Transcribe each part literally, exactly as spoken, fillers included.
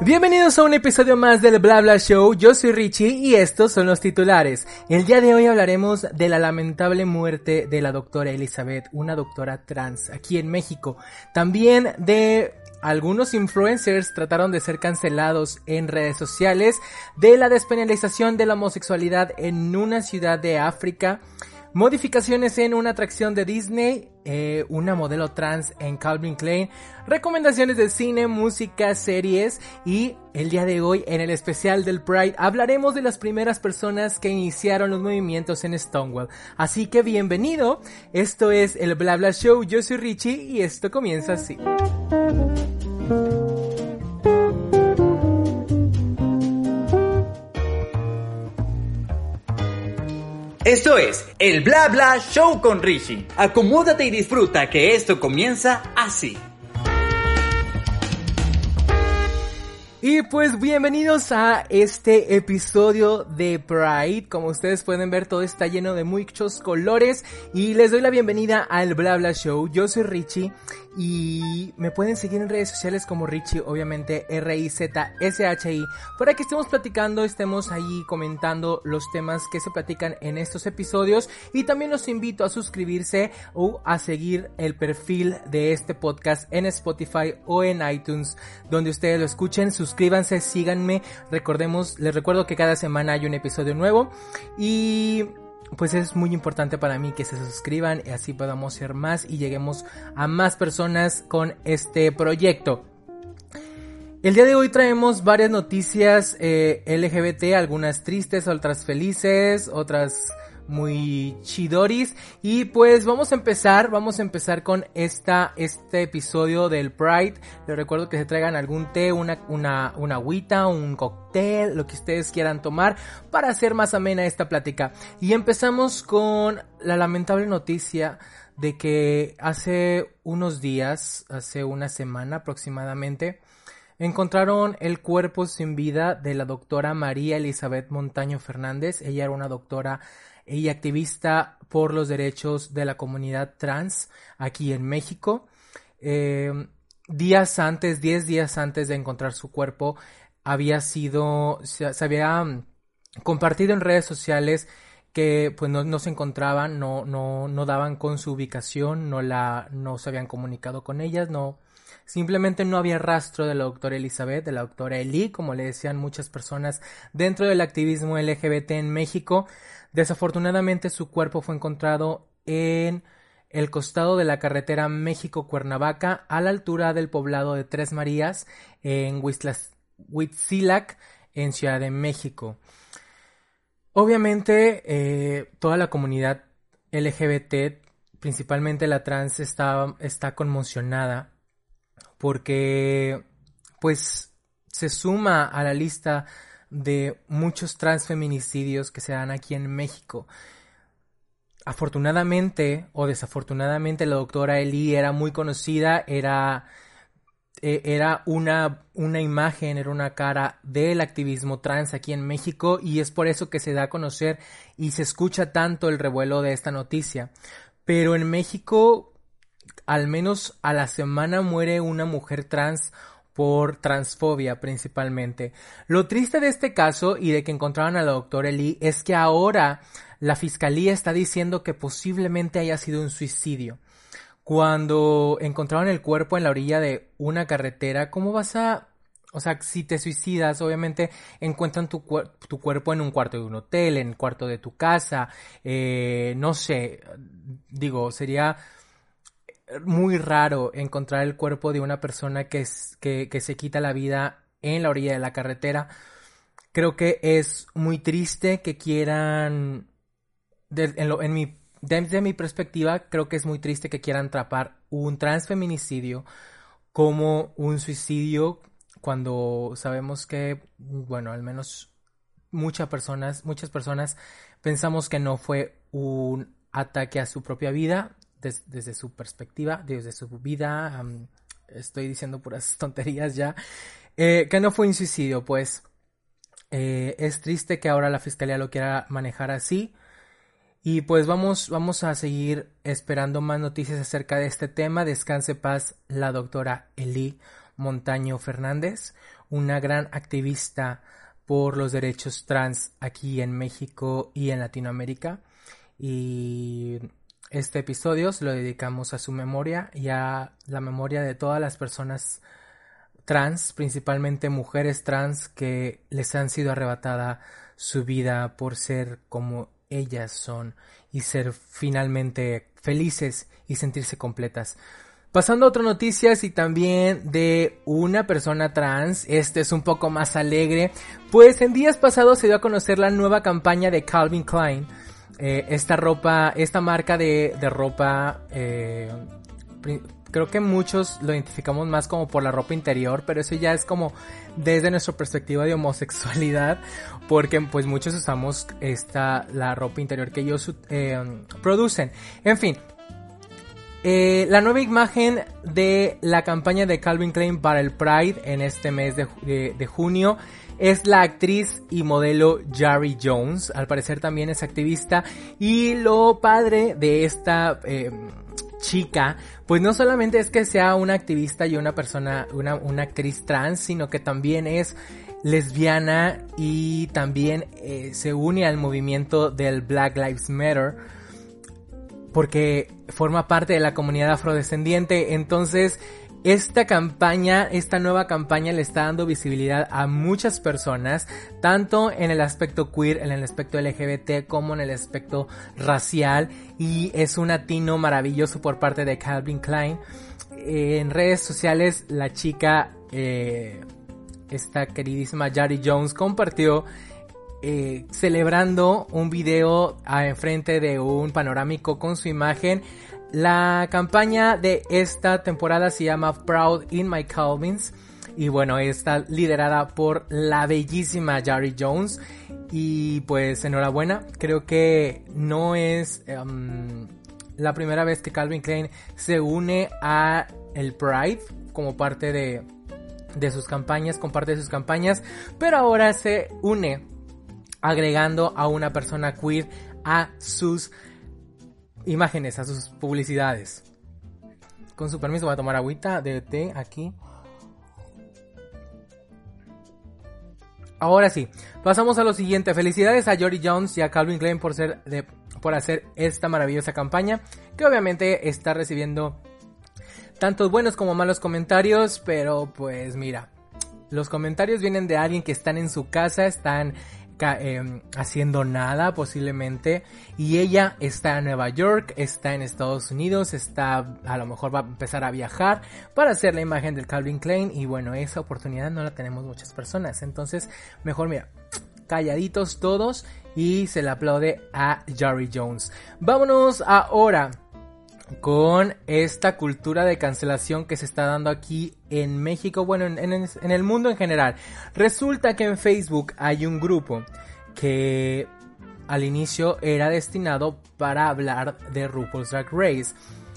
Bienvenidos a un episodio más del Bla Bla Show. Yo soy Richie y estos son los titulares. El día de hoy hablaremos de la lamentable muerte de la doctora Elizabeth, una doctora trans aquí en México. También de algunos influencers trataron de ser cancelados en redes sociales, de la despenalización de la homosexualidad en una ciudad de África, modificaciones en una atracción de Disney, eh, una modelo trans en Calvin Klein, recomendaciones de cine, música, series y el día de hoy en el especial del Pride hablaremos de las primeras personas que iniciaron los movimientos en Stonewall. Así que bienvenido, esto es el Bla Bla Show, yo soy Richie y esto comienza así. Esto es el Bla Bla Show con Richie. Acomódate y disfruta que esto comienza así. Y pues bienvenidos a este episodio de Pride. Como ustedes pueden ver, todo está lleno de muchos colores y les doy la bienvenida al Bla Bla Show. Yo soy Richie y me pueden seguir en redes sociales como Richie, obviamente R I Z S H I, para que estemos platicando, estemos ahí comentando los temas que se platican en estos episodios. Y también los invito a suscribirse o a seguir el perfil de este podcast en Spotify o en iTunes, donde ustedes lo escuchen. Suscríbanse, síganme, recordemos, les recuerdo que cada semana hay un episodio nuevo y pues es muy importante para mí que se suscriban y así podamos ser más y lleguemos a más personas con este proyecto. El día de hoy traemos varias noticias eh, L G B T, algunas tristes, otras felices, otras muy chidoris, y pues vamos a empezar, vamos a empezar con esta, este episodio del Pride. Les recuerdo que se traigan algún té, una, una, una agüita, un cóctel, lo que ustedes quieran tomar para hacer más amena esta plática. Y empezamos con la lamentable noticia de que hace unos días, hace una semana aproximadamente, encontraron el cuerpo sin vida de la doctora María Elizabeth Montaño Fernández. Ella era una doctora y activista por los derechos de la comunidad trans aquí en México. Eh, días antes, diez días antes de encontrar su cuerpo, había sido, se, se había compartido en redes sociales que pues no, no se encontraban, no, no, no daban con su ubicación, no la, no se habían comunicado con ellas, no, simplemente no había rastro de la doctora Elizabeth, de la doctora Eli, como le decían muchas personas dentro del activismo L G B T en México. Desafortunadamente su cuerpo fue encontrado en el costado de la carretera México-Cuernavaca, a la altura del poblado de Tres Marías, en Huitzilac, en Ciudad de México. Obviamente eh, toda la comunidad L G B T, principalmente la trans, está, está conmocionada porque pues se suma a la lista de muchos transfeminicidios que se dan aquí en México. Afortunadamente o desafortunadamente la doctora Eli era muy conocida, era, eh, era una, una imagen, era una cara del activismo trans aquí en México, y es por eso que se da a conocer y se escucha tanto el revuelo de esta noticia. Pero en México, al menos a la semana muere una mujer trans por transfobia principalmente. Lo triste de este caso y de que encontraron a la doctora Eli es que ahora la fiscalía está diciendo que posiblemente haya sido un suicidio. Cuando encontraron el cuerpo en la orilla de una carretera, ¿cómo vas a...? O sea, si te suicidas, obviamente encuentran tu, cuer- tu cuerpo en un cuarto de un hotel, en el cuarto de tu casa, eh, no sé, digo, sería muy raro encontrar el cuerpo de una persona que, es, que, que se quita la vida en la orilla de la carretera. Creo que es muy triste que quieran, de, en, lo, en mi, desde mi perspectiva, creo que es muy triste que quieran atrapar un transfeminicidio como un suicidio, cuando sabemos que, bueno, al menos muchas personas, muchas personas pensamos que no fue un ataque a su propia vida. Des, desde su perspectiva, desde su vida, um, estoy diciendo puras tonterías ya, eh, que no fue un suicidio. Pues eh, es triste que ahora la fiscalía lo quiera manejar así, y pues vamos, vamos a seguir esperando más noticias acerca de este tema. Descanse paz la doctora Eli Montaño Fernández, una gran activista por los derechos trans aquí en México y en Latinoamérica. Y este episodio se lo dedicamos a su memoria y a la memoria de todas las personas trans, principalmente mujeres trans, que les han sido arrebatada su vida por ser como ellas son y ser finalmente felices y sentirse completas. Pasando a otras noticias y también de una persona trans, este es un poco más alegre, pues en días pasados se dio a conocer la nueva campaña de Calvin Klein, eh, esta ropa, esta marca de, de ropa, eh, creo que muchos lo identificamos más como por la ropa interior, pero eso ya es como desde nuestra perspectiva de homosexualidad, porque pues muchos usamos esta, la ropa interior que ellos eh, producen. En fin. Eh, la nueva imagen de la campaña de Calvin Klein para el Pride en este mes de, de, de junio es la actriz y modelo Jari Jones. Al parecer también es activista, y lo padre de esta eh, chica, pues no solamente es que sea una activista y una persona, una, una actriz trans, sino que también es lesbiana y también eh, se une al movimiento del Black Lives Matter, porque forma parte de la comunidad afrodescendiente. Entonces esta campaña, esta nueva campaña le está dando visibilidad a muchas personas, tanto en el aspecto queer, en el aspecto L G B T, como en el aspecto racial, y es un atino maravilloso por parte de Calvin Klein. Eh, en redes sociales la chica, eh, esta queridísima Jari Jones, compartió Eh, celebrando un video a enfrente de un panorámico con su imagen. La campaña de esta temporada se llama Proud in My Calvins, y bueno, está liderada por la bellísima Jari Jones, y pues enhorabuena. Creo que no es um, la primera vez que Calvin Klein se une a el Pride como parte de, de sus campañas, comparte sus campañas, pero ahora se une agregando a una persona queer a sus imágenes, a sus publicidades. Con su permiso voy a tomar agüita de té aquí. Ahora sí, pasamos a lo siguiente. Felicidades a Jari Jones y a Calvin Klein por ser de, por hacer esta maravillosa campaña, que obviamente está recibiendo tantos buenos como malos comentarios, pero pues mira, los comentarios vienen de alguien que están en su casa, están Eh, haciendo nada posiblemente, y ella está en Nueva York, está en Estados Unidos, está, a lo mejor va a empezar a viajar para hacer la imagen del Calvin Klein, y bueno, esa oportunidad no la tenemos muchas personas. Entonces mejor mira, calladitos todos, y se le aplaude a Jari Jones. Vámonos ahora con esta cultura de cancelación que se está dando aquí en México, bueno, en, en, en el mundo en general. Resulta que en Facebook hay un grupo que al inicio era destinado para hablar de RuPaul's Drag Race,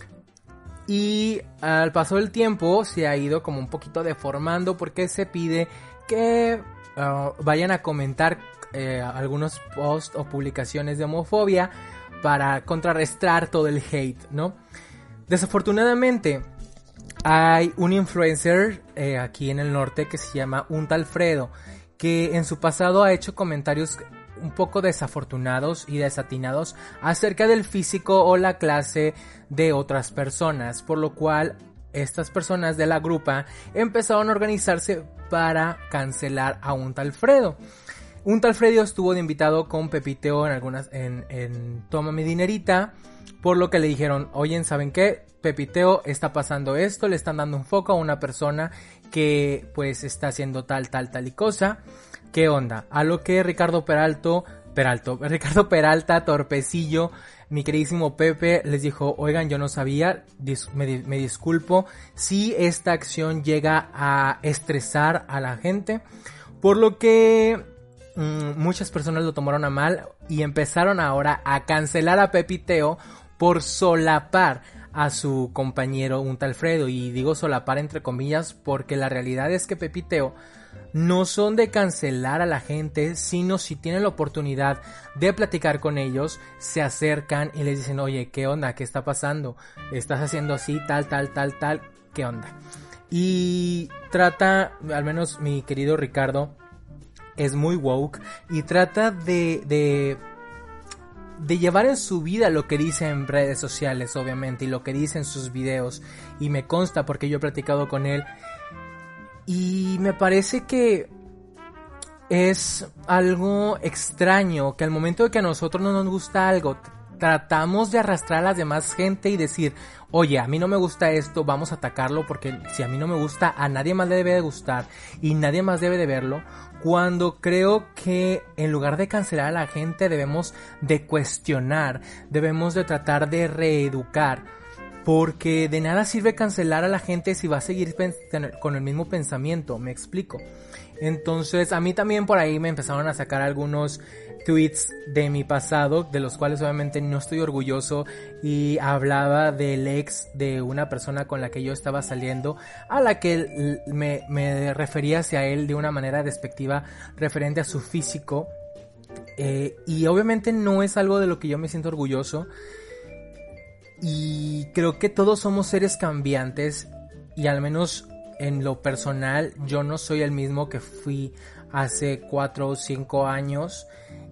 y al paso del tiempo se ha ido como un poquito deformando, porque se pide que uh, vayan a comentar eh, algunos posts o publicaciones de homofobia para contrarrestar todo el hate, ¿no? Desafortunadamente hay un influencer eh, aquí en el norte que se llama Un Tal Fredo, que en su pasado ha hecho comentarios un poco desafortunados y desatinados acerca del físico o la clase de otras personas, por lo cual estas personas de la grupa empezaron a organizarse para cancelar a Un Tal Fredo. Un Tal Fredo estuvo de invitado con Pepiteo en algunas, en, en Toma Mi Dinerita, por lo que le dijeron, oye, ¿saben qué? Pepiteo, está pasando esto, le están dando un foco a una persona que pues está haciendo tal, tal, tal y cosa. ¿Qué onda? A lo que Ricardo Peralto, Peralto, Ricardo Peralta, Torpecillo, mi queridísimo Pepe, les dijo, oigan, yo no sabía, dis- me, me disculpo si esta acción llega a estresar a la gente, por lo que mmm, muchas personas lo tomaron a mal y empezaron ahora a cancelar a Pepiteo por solapar a su compañero Un Tal Fredo, y digo solapar entre comillas porque la realidad es que Pepiteo no son de cancelar a la gente, sino si tienen la oportunidad de platicar con ellos, se acercan y les dicen, oye, ¿qué onda? ¿Qué está pasando? ¿Estás haciendo así, tal, tal, tal, tal? ¿Qué onda? y trata, al menos mi querido Ricardo, es muy woke y trata de, de, de llevar en su vida lo que dice en redes sociales, obviamente, y lo que dice en sus videos, y me consta porque yo he platicado con él, y me parece que es algo extraño, que al momento de que a nosotros no nos gusta algo, tratamos de arrastrar a las demás gente y decir, oye, a mí no me gusta esto, vamos a atacarlo, porque si a mí no me gusta, a nadie más le debe de gustar y nadie más debe de verlo, cuando creo que en lugar de cancelar a la gente debemos de cuestionar, debemos de tratar de reeducar, porque de nada sirve cancelar a la gente si va a seguir con el mismo pensamiento, me explico. Entonces a mí también por ahí me empezaron a sacar algunos tweets de mi pasado, de los cuales obviamente no estoy orgulloso, y hablaba del ex de una persona con la que yo estaba saliendo, a la que me, me refería hacia él de una manera despectiva referente a su físico, eh, y obviamente no es algo de lo que yo me siento orgulloso, y creo que todos somos seres cambiantes, y al menos en lo personal yo no soy el mismo que fui hace cuatro o cinco años,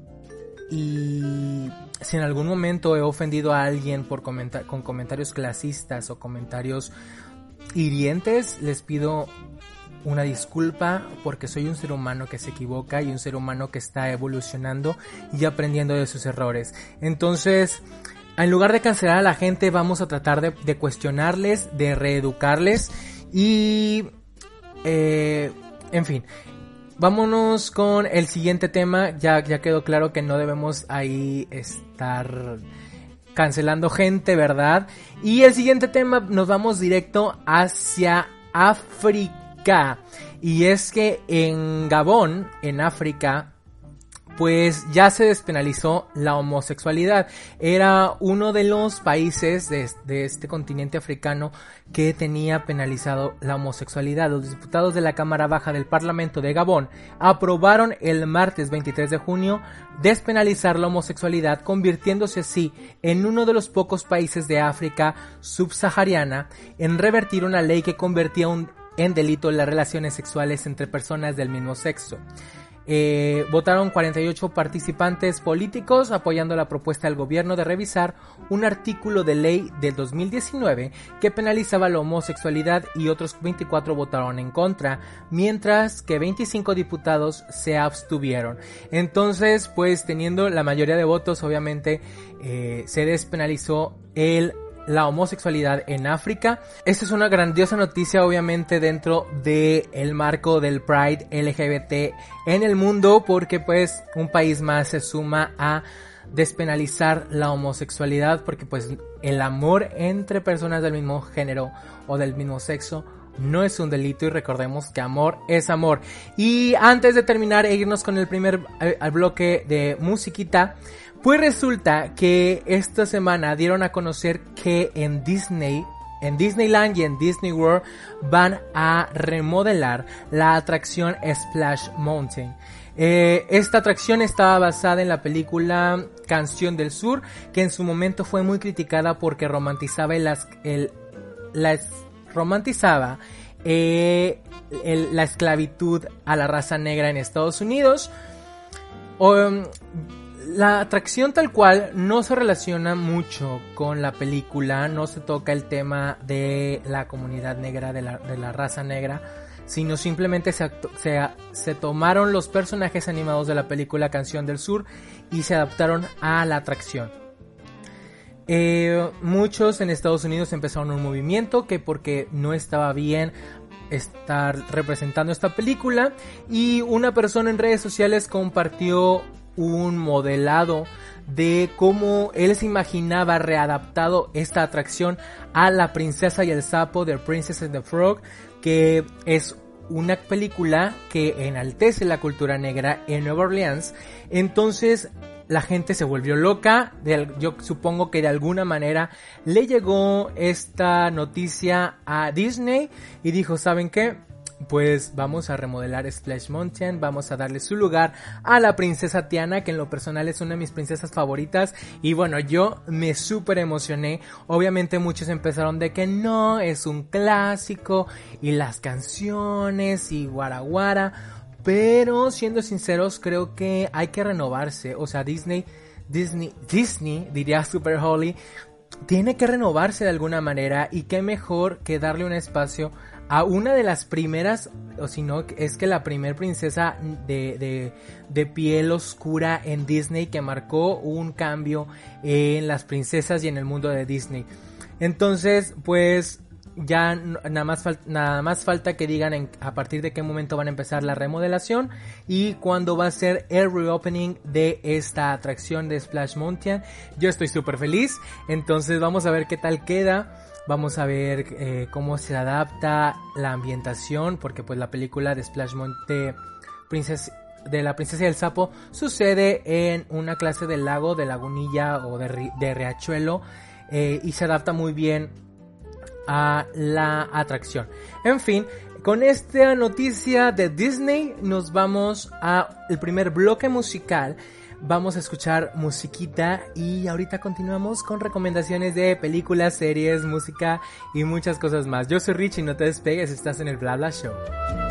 y si en algún momento he ofendido a alguien por comentar con comentarios clasistas o comentarios hirientes, les pido una disculpa, porque soy un ser humano que se equivoca y un ser humano que está evolucionando y aprendiendo de sus errores. Entonces, en lugar de cancelar a la gente, vamos a tratar de, de cuestionarles, de reeducarles y eh, en fin. Vámonos con el siguiente tema. Ya, ya quedó claro que no debemos ahí estar cancelando gente, ¿verdad? Y el siguiente tema, nos vamos directo hacia África. Y es que en Gabón, en África, pues ya se despenalizó la homosexualidad. Era uno de los países de, de este continente africano que tenía penalizado la homosexualidad. Los diputados de la Cámara Baja del Parlamento de Gabón aprobaron el martes veintitrés de junio despenalizar la homosexualidad, convirtiéndose así en uno de los pocos países de África subsahariana en revertir una ley que convertía un, en delito las relaciones sexuales entre personas del mismo sexo. Eh, votaron cuarenta y ocho participantes políticos apoyando la propuesta del gobierno de revisar un artículo de ley del dos mil diecinueve que penalizaba la homosexualidad, y otros veinticuatro votaron en contra, mientras que veinticinco diputados se abstuvieron. Entonces, pues teniendo la mayoría de votos, obviamente eh, se despenalizó el la homosexualidad en África. Esta es una grandiosa noticia, obviamente, dentro de el marco del Pride L G B T en el mundo, porque pues un país más se suma a despenalizar la homosexualidad, porque pues el amor entre personas del mismo género o del mismo sexo no es un delito, y recordemos que amor es amor. Y antes de terminar e irnos con el primer eh, bloque de musiquita, pues resulta que esta semana dieron a conocer que en Disney, en Disneyland y en Disney World van a remodelar la atracción Splash Mountain. Eh, esta atracción estaba basada en la película Canción del Sur, que en su momento fue muy criticada porque romantizaba el, el, las, romantizaba eh, el, la esclavitud a la raza negra en Estados Unidos. Um, La atracción tal cual no se relaciona mucho con la película, no se toca el tema de la comunidad negra, de la, de la raza negra, sino simplemente se, se, se tomaron los personajes animados de la película Canción del Sur y se adaptaron a la atracción. Eh, muchos en Estados Unidos empezaron un movimiento que porque no estaba bien estar representando esta película, y una persona en redes sociales compartió un modelado de cómo él se imaginaba readaptado esta atracción a La Princesa y el Sapo, The Princess and the Frog, que es una película que enaltece la cultura negra en Nueva Orleans. Entonces la gente se volvió loca, de, yo supongo que de alguna manera le llegó esta noticia a Disney y dijo, ¿saben qué? pues vamos a remodelar Splash Mountain, vamos a darle su lugar a la princesa Tiana, que en lo personal es una de mis princesas favoritas, y bueno, yo me súper emocioné. Obviamente muchos empezaron de que no, es un clásico, y las canciones, y guaraguara, pero siendo sinceros, creo que hay que renovarse. O sea, Disney, Disney, Disney, diría Super Holly, tiene que renovarse de alguna manera, y qué mejor que darle un espacio a una de las primeras, o si no, es que la primer princesa de, de, de piel oscura en Disney, que marcó un cambio en las princesas y en el mundo de Disney. Entonces, pues ya nada más, fal- nada más falta que digan en, a partir de qué momento van a empezar la remodelación y cuándo va a ser el reopening de esta atracción de Splash Mountain. Yo estoy súper feliz, entonces vamos a ver qué tal queda. Vamos a ver eh, cómo se adapta la ambientación, porque pues la película de Splash Mountain Princess, de la princesa y el sapo sucede en una clase de lago, de lagunilla o de, ri- de riachuelo, eh, y se adapta muy bien a la atracción. En fin, con esta noticia de Disney nos vamos a el primer bloque musical. Vamos a escuchar musiquita y ahorita continuamos con recomendaciones de películas, series, música y muchas cosas más. Yo soy Rich y no te despegues, estás en el Bla Bla Show.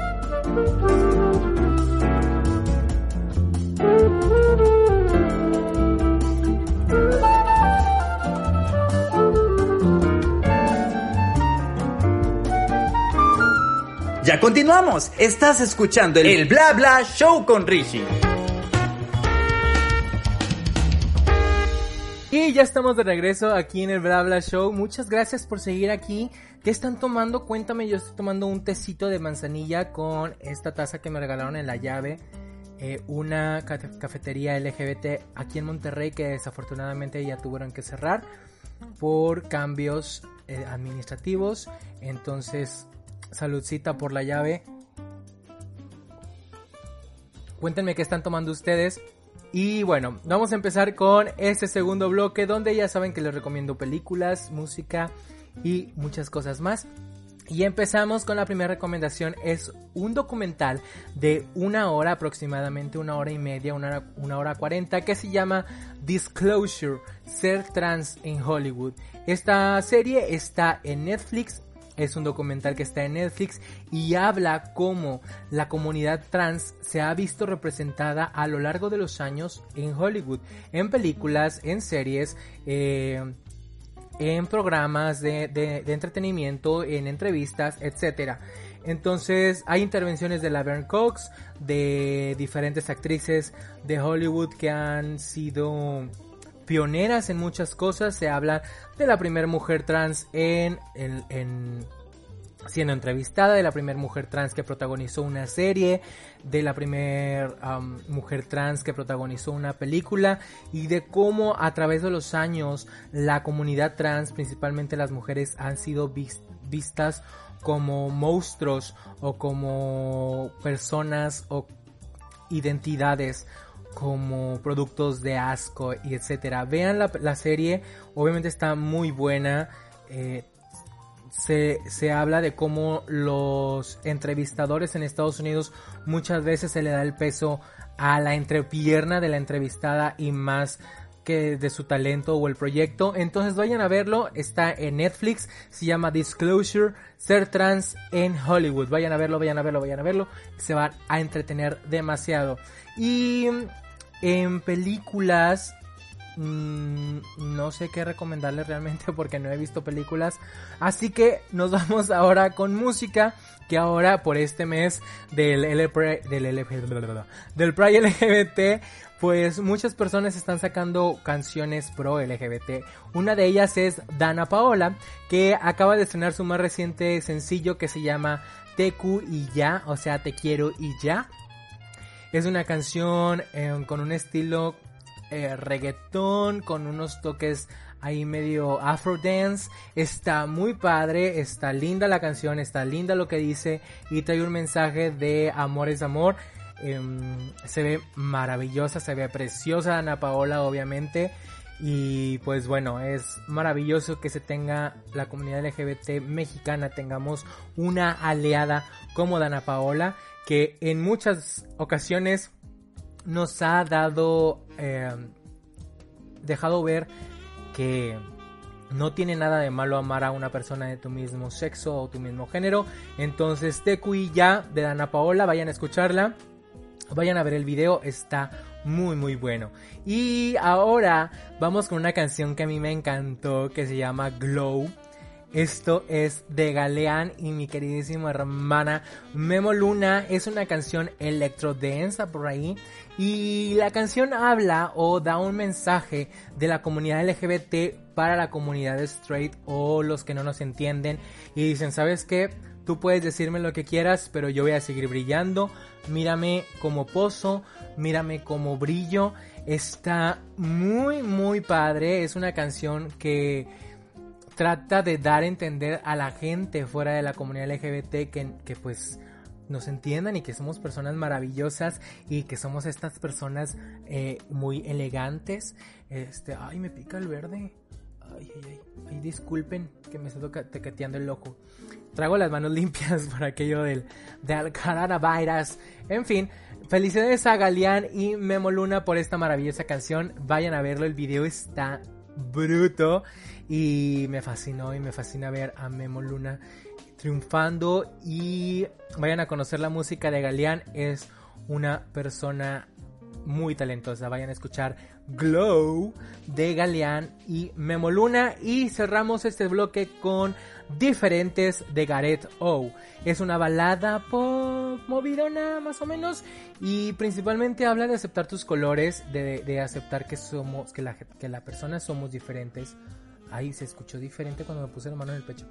Ya continuamos, estás escuchando el, el Bla Bla Show con Richie. Y ya estamos de regreso aquí en el Bla Bla Show. Muchas gracias por seguir aquí. ¿Qué están tomando? Cuéntame. Yo estoy tomando un tecito de manzanilla con esta taza que me regalaron en la llave. Eh, una ca- cafetería L G B T aquí en Monterrey que desafortunadamente ya tuvieron que cerrar por cambios eh, administrativos. Entonces, saludcita por la llave. Cuéntenme qué están tomando ustedes. Y bueno, vamos a empezar con este segundo bloque donde ya saben que les recomiendo películas, música y muchas cosas más. Y empezamos con la primera recomendación. Es un documental de una hora, aproximadamente una hora y media, una hora, una hora cuarenta, que se llama Disclosure, Ser Trans en Hollywood. Esta serie está en Netflix. Es un documental que está en Netflix y habla cómo la comunidad trans se ha visto representada a lo largo de los años en Hollywood, en películas, en series, eh, en programas de, de, de entretenimiento, en entrevistas, etcétera. Entonces hay intervenciones de Laverne Cox, de diferentes actrices de Hollywood que han sido pioneras en muchas cosas. Se habla de la primera mujer trans en, en, en siendo entrevistada, de la primera mujer trans que protagonizó una serie, de la primera um, mujer trans que protagonizó una película, y de cómo a través de los años la comunidad trans, principalmente las mujeres, han sido vis- vistas como monstruos o como personas o identidades, como productos de asco y etcétera. Vean la, la serie, obviamente está muy buena. eh, se, se habla de cómo los entrevistadores en Estados Unidos muchas veces se le da el peso a la entrepierna de la entrevistada y más que de su talento o el proyecto. Entonces vayan a verlo, está en Netflix, se llama Disclosure, Ser Trans en Hollywood. Vayan a verlo, vayan a verlo, vayan a verlo, se van a entretener demasiado. Y en películas, mmm, no sé qué recomendarles realmente porque no he visto películas, así que nos vamos ahora con música, que ahora por este mes del L P, del L P, del Pride L G B T, pues muchas personas están sacando canciones pro L G B T. Una de ellas es Dana Paola, que acaba de estrenar su más reciente sencillo que se llama T Q y ya, o sea, te quiero y ya. Es una canción eh, con un estilo eh, reggaetón, con unos toques ahí medio afro dance. Está muy padre, está linda la canción, está linda lo que dice y trae un mensaje de amor es amor. Eh, se ve maravillosa, se ve preciosa Ana Paola, obviamente. Y pues bueno, es maravilloso que se tenga la comunidad L G B T mexicana, tengamos una aliada como Dana Paola, que en muchas ocasiones nos ha dado, eh, dejado ver que no tiene nada de malo amar a una persona de tu mismo sexo o tu mismo género. Entonces, T Q I ya de Dana Paola, vayan a escucharla, vayan a ver el video, está muy muy bueno. Y ahora vamos con una canción que a mí me encantó, que se llama Glow. Esto es de Galeán y mi queridísima hermana Memo Luna. Es una canción electrodensa por ahí. Y la canción habla o da un mensaje de la comunidad L G B T para la comunidad straight o los que no nos entienden. Y dicen, ¿sabes qué? Tú puedes decirme lo que quieras, pero yo voy a seguir brillando. Mírame como pozo, mírame como brillo. Está muy muy padre. Es una canción que trata de dar a entender a la gente fuera de la comunidad L G B T que, que pues nos entiendan y que somos personas maravillosas y que somos estas personas eh, muy elegantes. Este, ay, me pica el verde. Ay, ay, ay, ay, disculpen que me estoy tequeteando el ojo. Traigo las manos limpias por aquello del, del coronavirus. En fin, felicidades a Galeán y Memo Luna por esta maravillosa canción. Vayan a verlo, el video está bruto y me fascinó y me fascina ver a Memo Luna triunfando. Y vayan a conocer la música de Galeán, es una persona muy talentosa. Vayan a escuchar Glow de Galeán y Memo Luna. Y cerramos este bloque con Diferentes de Gareth O. Es una balada pop movidona más o menos, y principalmente habla de aceptar tus colores, de, de aceptar que somos, que la, que la persona somos diferentes. Ay, se escuchó diferente cuando me puse la mano en el pecho.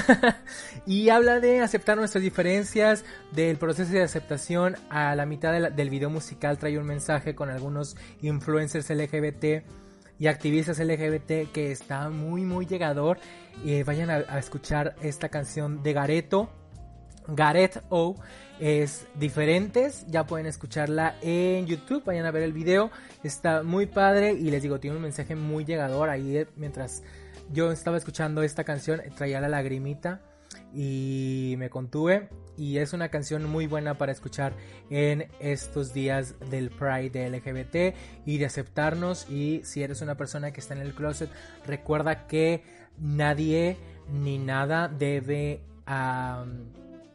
Y habla de aceptar nuestras diferencias, del proceso de aceptación. A la mitad de la, del video musical trae un mensaje con algunos influencers L G B T y activistas L G B T que está muy muy llegador. Eh, vayan a, a escuchar esta canción de Gareto. Gareth O es Diferentes, ya pueden escucharla en YouTube, vayan a ver el video, está muy padre y les digo, tiene un mensaje muy llegador. Ahí mientras yo estaba escuchando esta canción traía la lagrimita y me contuve, y es una canción muy buena para escuchar en estos días del Pride de L G B T y de aceptarnos. Y si eres una persona que está en el closet, recuerda que nadie ni nada debe um,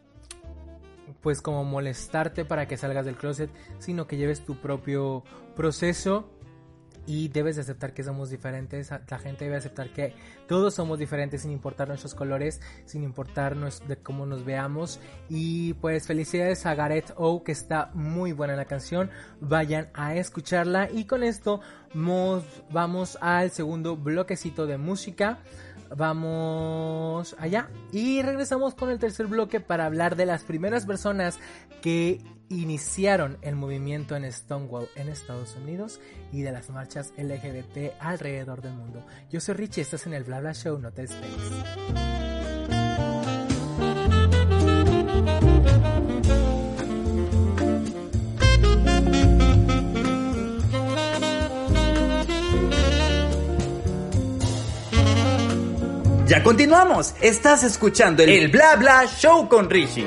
pues como molestarte para que salgas del closet, sino que lleves tu propio proceso y debes de aceptar que somos diferentes. La gente debe aceptar que todos somos diferentes sin importar nuestros colores, sin importar de cómo nos veamos. Y pues felicidades a Gareth O, que está muy buena la canción, vayan a escucharla. Y con esto nos vamos al segundo bloquecito de música. Vamos allá y regresamos con el tercer bloque para hablar de las primeras personas que iniciaron el movimiento en Stonewall en Estados Unidos y de las marchas L G B T alrededor del mundo. Yo soy Richie, estás en el Bla Bla Show, no te despegues. Ya continuamos, estás escuchando el, el Bla Bla Show con Richie.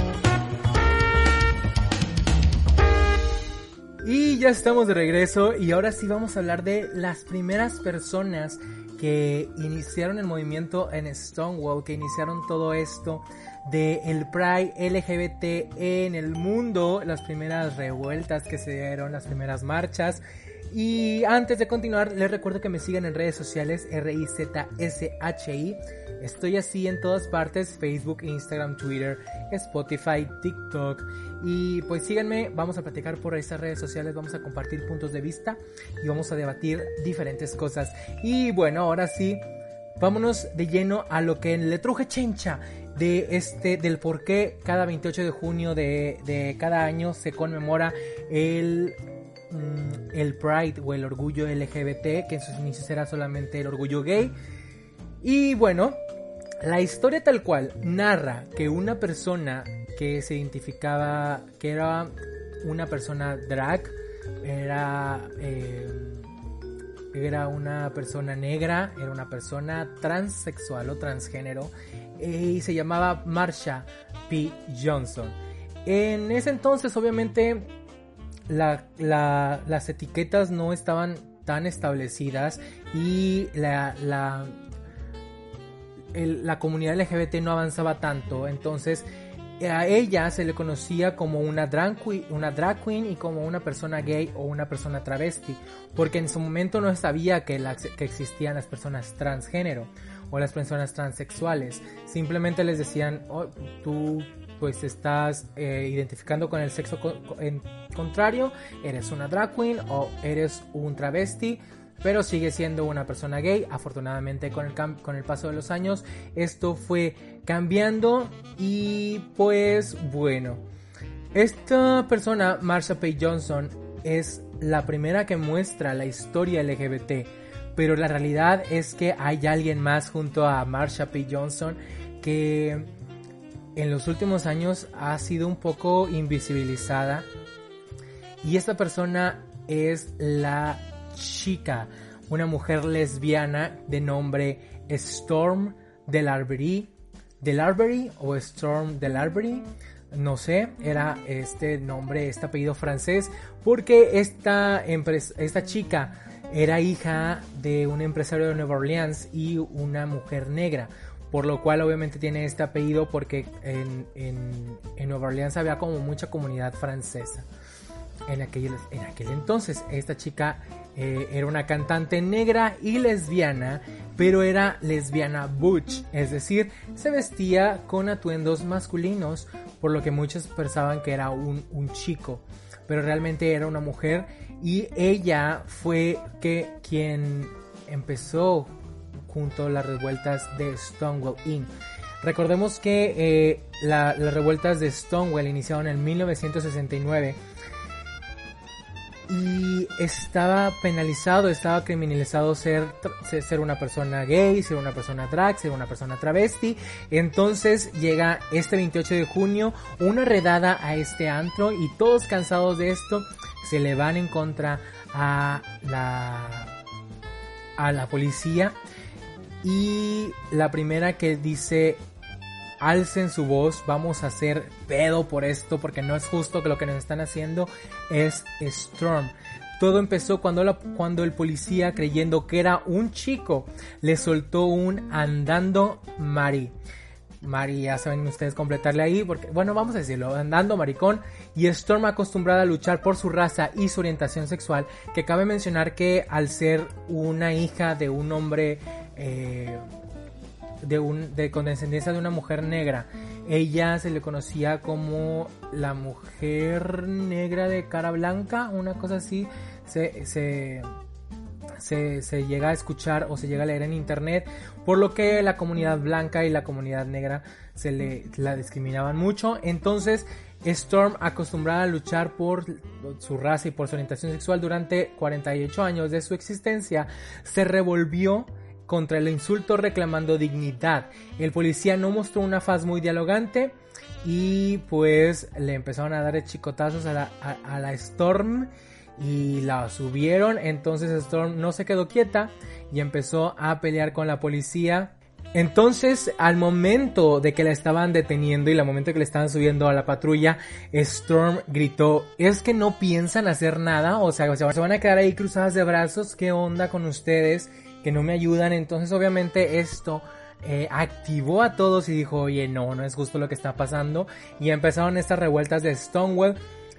Y ya estamos de regreso y ahora sí vamos a hablar de las primeras personas que iniciaron el movimiento en Stonewall, que iniciaron todo esto de el Pride L G B T en el mundo, las primeras revueltas que se dieron, las primeras marchas. Y antes de continuar, les recuerdo que me sigan en redes sociales, R I Z S H I. Estoy así en todas partes, Facebook, Instagram, Twitter, Spotify, TikTok. Y pues síganme, vamos a platicar por esas redes sociales, vamos a compartir puntos de vista y vamos a debatir diferentes cosas. Y bueno, ahora sí, vámonos de lleno a lo que le truje chencha de este, del por qué cada veintiocho de junio de, de cada año se conmemora el... el Pride o el orgullo L G B T, que en sus inicios era solamente el orgullo gay. Y bueno, la historia tal cual narra que una persona que se identificaba que era una persona drag, era eh, era una persona negra, era una persona transexual o transgénero, eh, y se llamaba Marsha P. Johnson. En ese entonces, obviamente, la, la, las etiquetas no estaban tan establecidas y la, la, el, la comunidad L G B T no avanzaba tanto. Entonces a ella se le conocía como una drag queen, una drag queen y como una persona gay o una persona travesti, porque en su momento no sabía que, la, que existían las personas transgénero o las personas transexuales. Simplemente les decían, oh, tú pues estás eh, identificando con el sexo co- en contrario, eres una drag queen o eres un travesti, pero sigue siendo una persona gay. Afortunadamente con el, cam- con el paso de los años esto fue cambiando y pues bueno, esta persona, Marsha P. Johnson, es la primera que muestra la historia L G B T, pero la realidad es que hay alguien más junto a Marsha P. Johnson que en los últimos años ha sido un poco invisibilizada, y esta persona es la chica, una mujer lesbiana de nombre Storm DeLarverie, DeLarverie o Storm DeLarverie, no sé, era este nombre, este apellido francés, porque esta, empres- esta chica era hija de un empresario de Nueva Orleans y una mujer negra, por lo cual obviamente tiene este apellido porque en, en, en Nueva Orleans había como mucha comunidad francesa. En aquel, en aquel entonces esta chica eh, era una cantante negra y lesbiana, pero era lesbiana butch, es decir, se vestía con atuendos masculinos, por lo que muchos pensaban que era un, un chico, pero realmente era una mujer, y ella fue que quien empezó junto a las revueltas de Stonewall Inn. Recordemos que eh, la, las revueltas de Stonewall iniciaron en mil novecientos sesenta y nueve y estaba penalizado, estaba criminalizado ser, ser una persona gay, ser una persona drag, ser una persona travesti. Entonces llega este veintiocho de junio una redada a este antro, y todos cansados de esto se le van en contra a la, a la policía. Y la primera que dice, alcen su voz, vamos a hacer pedo por esto porque no es justo que lo que nos están haciendo, es Storm. Todo empezó cuando, la, cuando el policía, creyendo que era un chico, le soltó un andando Mari. Mari, ya saben ustedes completarle ahí, porque, bueno, vamos a decirlo, andando maricón. Y Storm, acostumbrada a luchar por su raza y su orientación sexual, que cabe mencionar que al ser una hija de un hombre eh, de un de con descendencia de una mujer negra, ella se le conocía como la mujer negra de cara blanca, una cosa así. Se, se Se, se llega a escuchar o se llega a leer en internet, por lo que la comunidad blanca y la comunidad negra se le la discriminaban mucho. Entonces Storm, acostumbrada a luchar por su raza y por su orientación sexual durante cuarenta y ocho años de su existencia, se revolvió contra el insulto reclamando dignidad. El policía no mostró una faz muy dialogante y pues le empezaron a dar chicotazos a la, a, a la Storm y la subieron. Entonces Storm no se quedó quieta y empezó a pelear con la policía. Entonces, al momento de que la estaban deteniendo y al momento que le estaban subiendo a la patrulla, Storm gritó, ¿es que no piensan hacer nada? O sea, se van a quedar ahí cruzadas de brazos, ¿qué onda con ustedes? Que no me ayudan. Entonces obviamente esto eh, activó a todos y dijo, oye, no, no es justo lo que está pasando, y empezaron estas revueltas de Stonewall.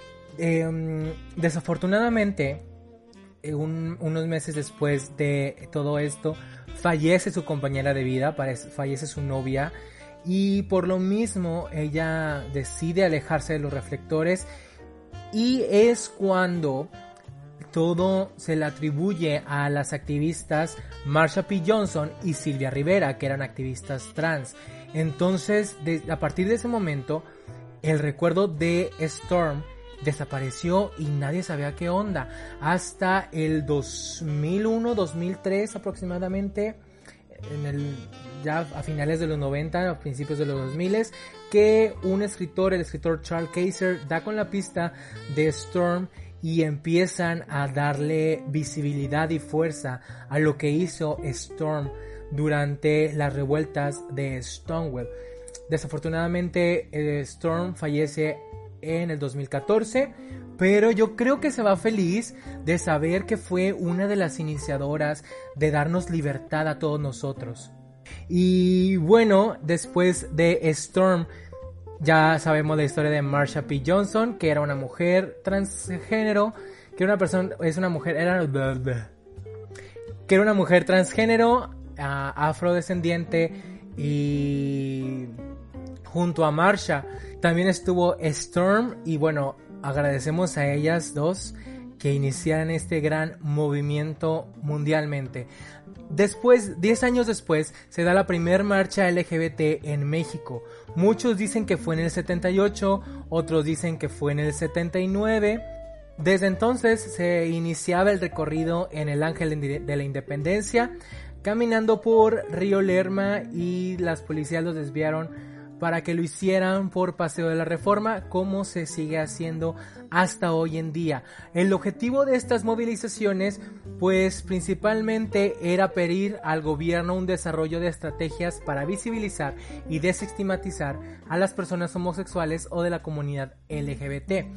Eh, desafortunadamente, eh, un, unos meses después de todo esto, fallece su compañera de vida, parece, fallece su novia, y por lo mismo ella decide alejarse de los reflectores, y es cuando todo se le atribuye a las activistas Marsha P. Johnson y Sylvia Rivera, que eran activistas trans. Entonces, de, a partir de ese momento, el recuerdo de Storm desapareció y nadie sabía qué onda. Hasta el dos mil uno, dos mil tres aproximadamente, en el, ya a finales de los noventa, a principios de los dos mil, que un escritor, el escritor Charles Kaiser, da con la pista de Storm y empiezan a darle visibilidad y fuerza a lo que hizo Storm durante las revueltas de Stonewall. Desafortunadamente eh, Storm fallece en el dos mil catorce, pero yo creo que se va feliz de saber que fue una de las iniciadoras de darnos libertad a todos nosotros. Y bueno, después de Storm ya sabemos la historia de Marsha P. Johnson, que era una mujer transgénero, que era una persona, es una mujer, era, que era una mujer transgénero, uh, afrodescendiente, y junto a Marsha también estuvo Storm, y bueno, agradecemos a ellas dos que iniciaran este gran movimiento mundialmente. Después, diez años después, se da la primera marcha L G B T en México. Muchos dicen que fue en el setenta y ocho, otros dicen que fue en el setenta y nueve. Desde entonces se iniciaba el recorrido en el Ángel de la Independencia, caminando por Río Lerma, y las policías los desviaron para que lo hicieran por Paseo de la Reforma, como se sigue haciendo hasta hoy en día. El objetivo de estas movilizaciones, pues principalmente era pedir al gobierno un desarrollo de estrategias para visibilizar y desestigmatizar a las personas homosexuales o de la comunidad L G B T.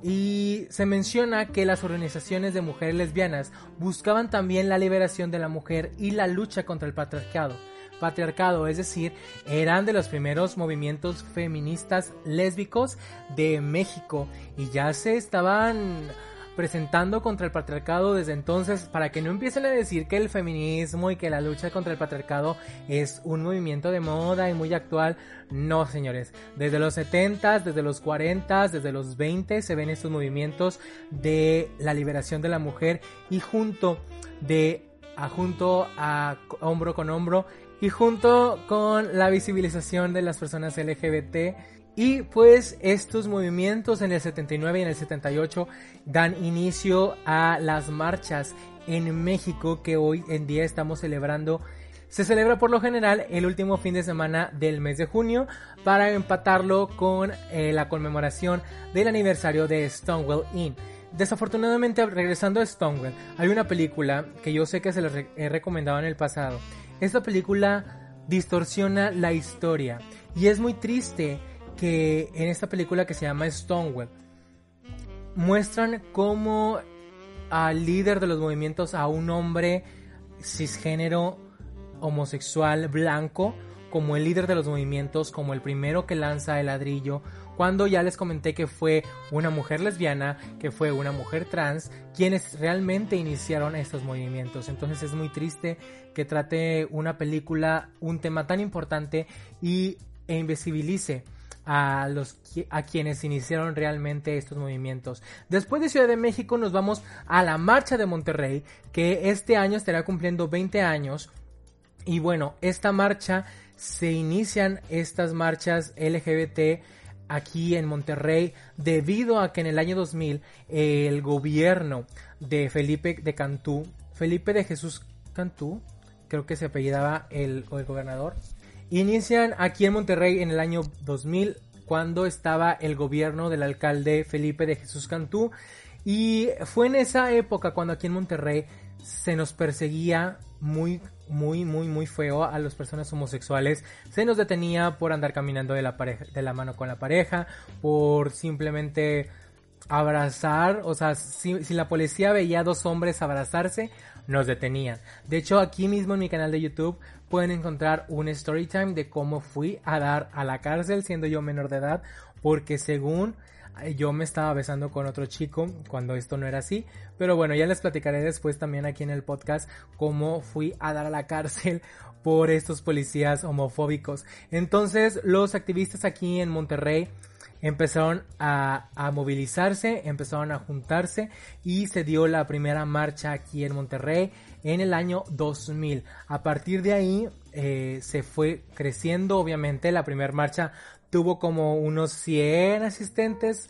Y se menciona que las organizaciones de mujeres lesbianas buscaban también la liberación de la mujer y la lucha contra el patriarcado. patriarcado, es decir, eran de los primeros movimientos feministas lésbicos de México, y ya se estaban presentando contra el patriarcado desde entonces, para que no empiecen a decir que el feminismo y que la lucha contra el patriarcado es un movimiento de moda y muy actual. No, señores, desde los setentas, desde los cuarentas, desde los veinte se ven estos movimientos de la liberación de la mujer, y junto de a junto a hombro con hombro y junto con la visibilización de las personas L G B T. Y pues estos movimientos en el setenta y nueve y en el setenta y ocho dan inicio a las marchas en México, que hoy en día estamos celebrando. Se celebra por lo general el último fin de semana del mes de junio, para empatarlo con eh, la conmemoración del aniversario de Stonewall Inn. Desafortunadamente, regresando a Stonewall, hay una película que yo sé que se les re- he recomendado en el pasado. Esta película distorsiona la historia, y es muy triste que en esta película, que se llama Stonewall, muestran cómo al líder de los movimientos, a un hombre cisgénero, homosexual, blanco, como el líder de los movimientos, como el primero que lanza el ladrillo, cuando ya les comenté que fue una mujer lesbiana, que fue una mujer trans, quienes realmente iniciaron estos movimientos. Entonces es muy triste que trate una película un tema tan importante y e invisibilice a los a quienes iniciaron realmente estos movimientos. Después de Ciudad de México nos vamos a la Marcha de Monterrey, que este año estará cumpliendo veinte años. Y bueno, esta marcha, se inician estas marchas L G B T aquí en Monterrey debido a que en el año dos mil eh, el gobierno de Felipe de Cantú, Felipe de Jesús Cantú, creo que se apellidaba el, el gobernador, inician aquí en Monterrey en el año dos mil, cuando estaba el gobierno del alcalde Felipe de Jesús Cantú, y fue en esa época cuando aquí en Monterrey se nos perseguía muy, muy, muy, muy feo a las personas homosexuales. Se nos detenía por andar caminando de la pareja, de la mano con la pareja, por simplemente abrazar, o sea, si, si la policía veía a dos hombres abrazarse, nos detenían. De hecho, aquí mismo en mi canal de YouTube pueden encontrar un story time de cómo fui a dar a la cárcel siendo yo menor de edad, porque según yo me estaba besando con otro chico cuando esto no era así. Pero bueno, ya les platicaré después también aquí en el podcast cómo fui a dar a la cárcel por estos policías homofóbicos. Entonces los activistas aquí en Monterrey empezaron a, a movilizarse, empezaron a juntarse, y se dio la primera marcha aquí en Monterrey en el año dos mil. A partir de ahí eh, se fue creciendo. Obviamente la primera marcha tuvo como unos cien asistentes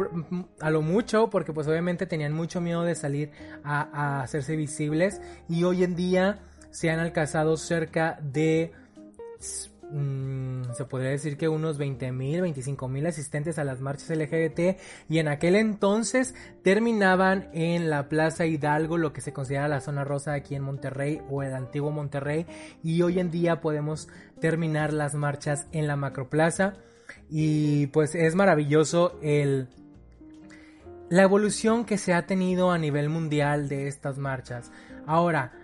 a lo mucho, porque pues obviamente tenían mucho miedo de salir a, a hacerse visibles, y hoy en día se han alcanzado cerca de mmm, se podría decir que unos veinte mil, veinticinco mil asistentes a las marchas L G B T, y en aquel entonces terminaban en la Plaza Hidalgo, lo que se considera la zona rosa aquí en Monterrey o el antiguo Monterrey, y hoy en día podemos terminar las marchas en la Macroplaza. Y pues es maravilloso el la evolución que se ha tenido a nivel mundial de estas marchas. Ahora,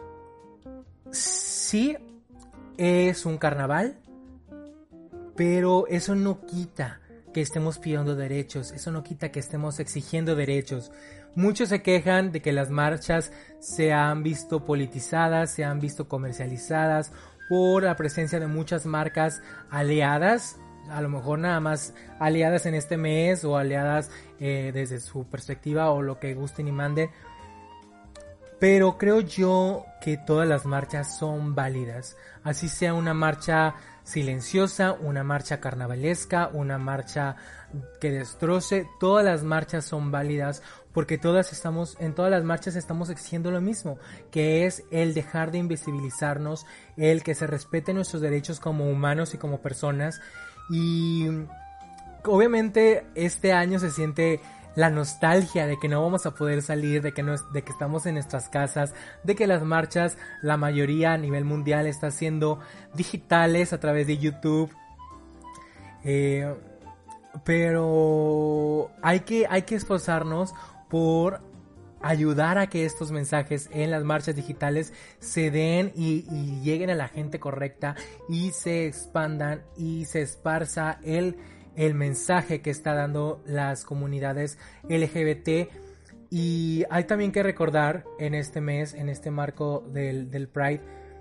sí es un carnaval, pero eso no quita que estemos pidiendo derechos, eso no quita que estemos exigiendo derechos. Muchos se quejan de que las marchas se han visto politizadas, se han visto comercializadas por la presencia de muchas marcas aliadas, a lo mejor nada más aliadas en este mes o aliadas eh, desde su perspectiva o lo que gusten y manden. Pero creo yo que todas las marchas son válidas, así sea una marcha silenciosa, una marcha carnavalesca, una marcha que destroce, todas las marchas son válidas porque todas estamos, en todas las marchas estamos exigiendo lo mismo, que es el dejar de invisibilizarnos, el que se respeten nuestros derechos como humanos y como personas. Y obviamente este año se siente la nostalgia de que no vamos a poder salir, de que no, de que estamos en nuestras casas, de que las marchas, la mayoría a nivel mundial está siendo digitales a través de YouTube. Eh, pero hay que, hay que esforzarnos por ayudar a que estos mensajes en las marchas digitales se den y, y lleguen a la gente correcta y se expandan y se esparza el, el mensaje que está dando las comunidades L G B T. Y hay también que recordar en este mes, en este marco del, del Pride,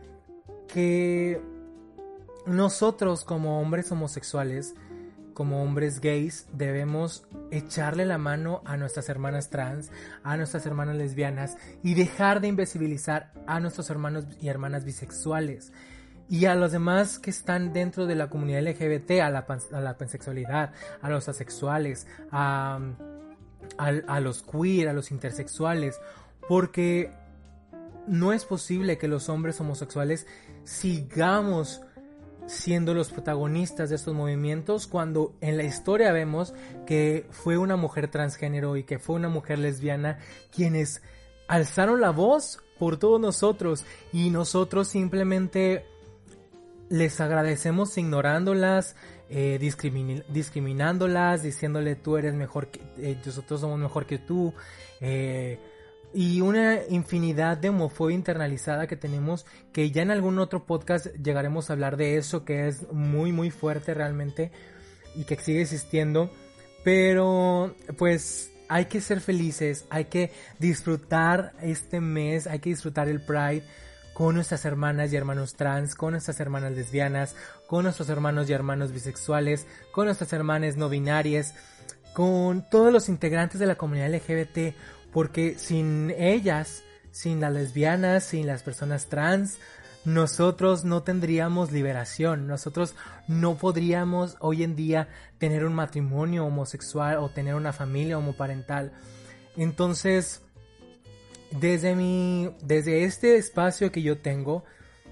que nosotros como hombres homosexuales, como hombres gays, debemos echarle la mano a nuestras hermanas trans, a nuestras hermanas lesbianas y dejar de invisibilizar a nuestros hermanos y hermanas bisexuales y a los demás que están dentro de la comunidad L G B T, a la, pan, a la pansexualidad, a los asexuales, a, a, a los queer, a los intersexuales, porque no es posible que los hombres homosexuales sigamos siendo los protagonistas de estos movimientos cuando en la historia vemos que fue una mujer transgénero y que fue una mujer lesbiana quienes alzaron la voz por todos nosotros y nosotros simplemente les agradecemos ignorándolas, eh, discrimin- discriminándolas, diciéndole tú eres mejor que eh, nosotros somos mejor que tú, eh, y una infinidad de homofobia internalizada que tenemos, que ya en algún otro podcast llegaremos a hablar de eso, que es muy muy fuerte realmente y que sigue existiendo. Pero pues hay que ser felices, hay que disfrutar este mes, hay que disfrutar el Pride con nuestras hermanas y hermanos trans, con nuestras hermanas lesbianas, con nuestros hermanos y hermanos bisexuales, con nuestras hermanas no binarias, con todos los integrantes de la comunidad L G B T, porque sin ellas, sin las lesbianas, sin las personas trans, nosotros no tendríamos liberación, nosotros no podríamos hoy en día tener un matrimonio homosexual o tener una familia homoparental. Entonces, desde mi, desde este espacio que yo tengo,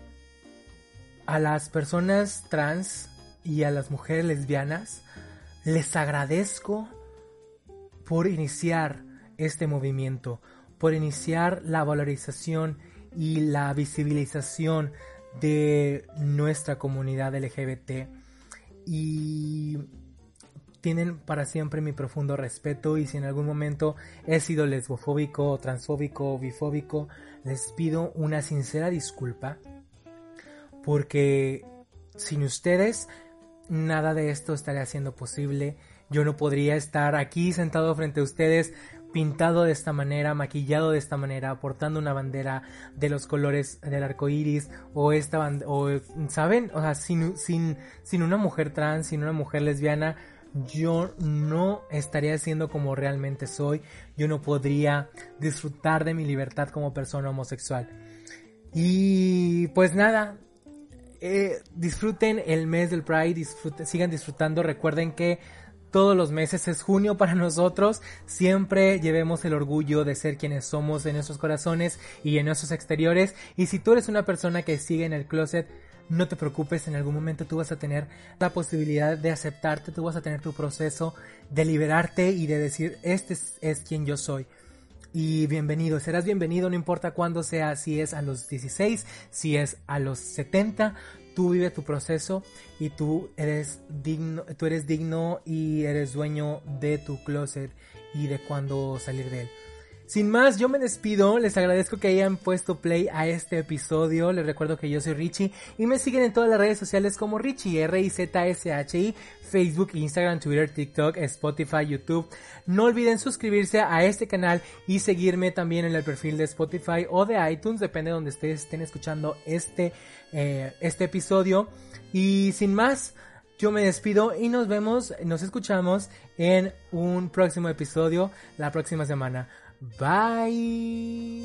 a las personas trans y a las mujeres lesbianas, les agradezco por iniciar este movimiento, por iniciar la valorización y la visibilización de nuestra comunidad L G B T, y tienen para siempre mi profundo respeto. Y si en algún momento he sido lesbofóbico, transfóbico o bifóbico, les pido una sincera disculpa, porque sin ustedes nada de esto estaría siendo posible. Yo no podría estar aquí sentado frente a ustedes pintado de esta manera, maquillado de esta manera, portando una bandera de los colores del arco iris, o esta band- o ¿saben? O sea, sin, sin, sin una mujer trans, sin una mujer lesbiana, yo no estaría siendo como realmente soy, yo no podría disfrutar de mi libertad como persona homosexual. Y pues nada, eh, disfruten el mes del Pride, disfruten, sigan disfrutando, recuerden que todos los meses es junio para nosotros. Siempre llevemos el orgullo de ser quienes somos en nuestros corazones y en nuestros exteriores. Y si tú eres una persona que sigue en el closet, no te preocupes, en algún momento tú vas a tener la posibilidad de aceptarte, tú vas a tener tu proceso de liberarte y de decir, este es, es quien yo soy. Y bienvenido, serás bienvenido, no importa cuándo sea, si es a los dieciséis, si es a los setenta, tú vive tu proceso y tú eres digno, tú eres digno y eres dueño de tu closet y de cuándo salir de él. Sin más, yo me despido, les agradezco que hayan puesto play a este episodio, les recuerdo que yo soy Richie y me siguen en todas las redes sociales como Richie, R I Z S H I, Facebook, Instagram, Twitter, TikTok, Spotify, YouTube. No olviden suscribirse a este canal y seguirme también en el perfil de Spotify o de iTunes, depende de donde ustedes estén escuchando este, eh, este episodio. Y sin más, yo me despido y nos vemos, nos escuchamos en un próximo episodio la próxima semana. Bye.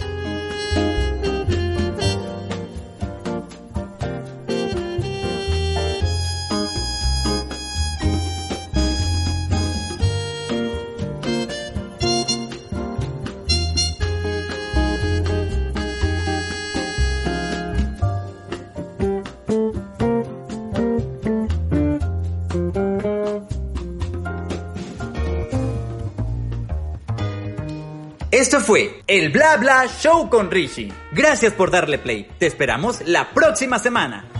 Esto fue el Bla Bla Show con Richie. Gracias por darle play. Te esperamos la próxima semana.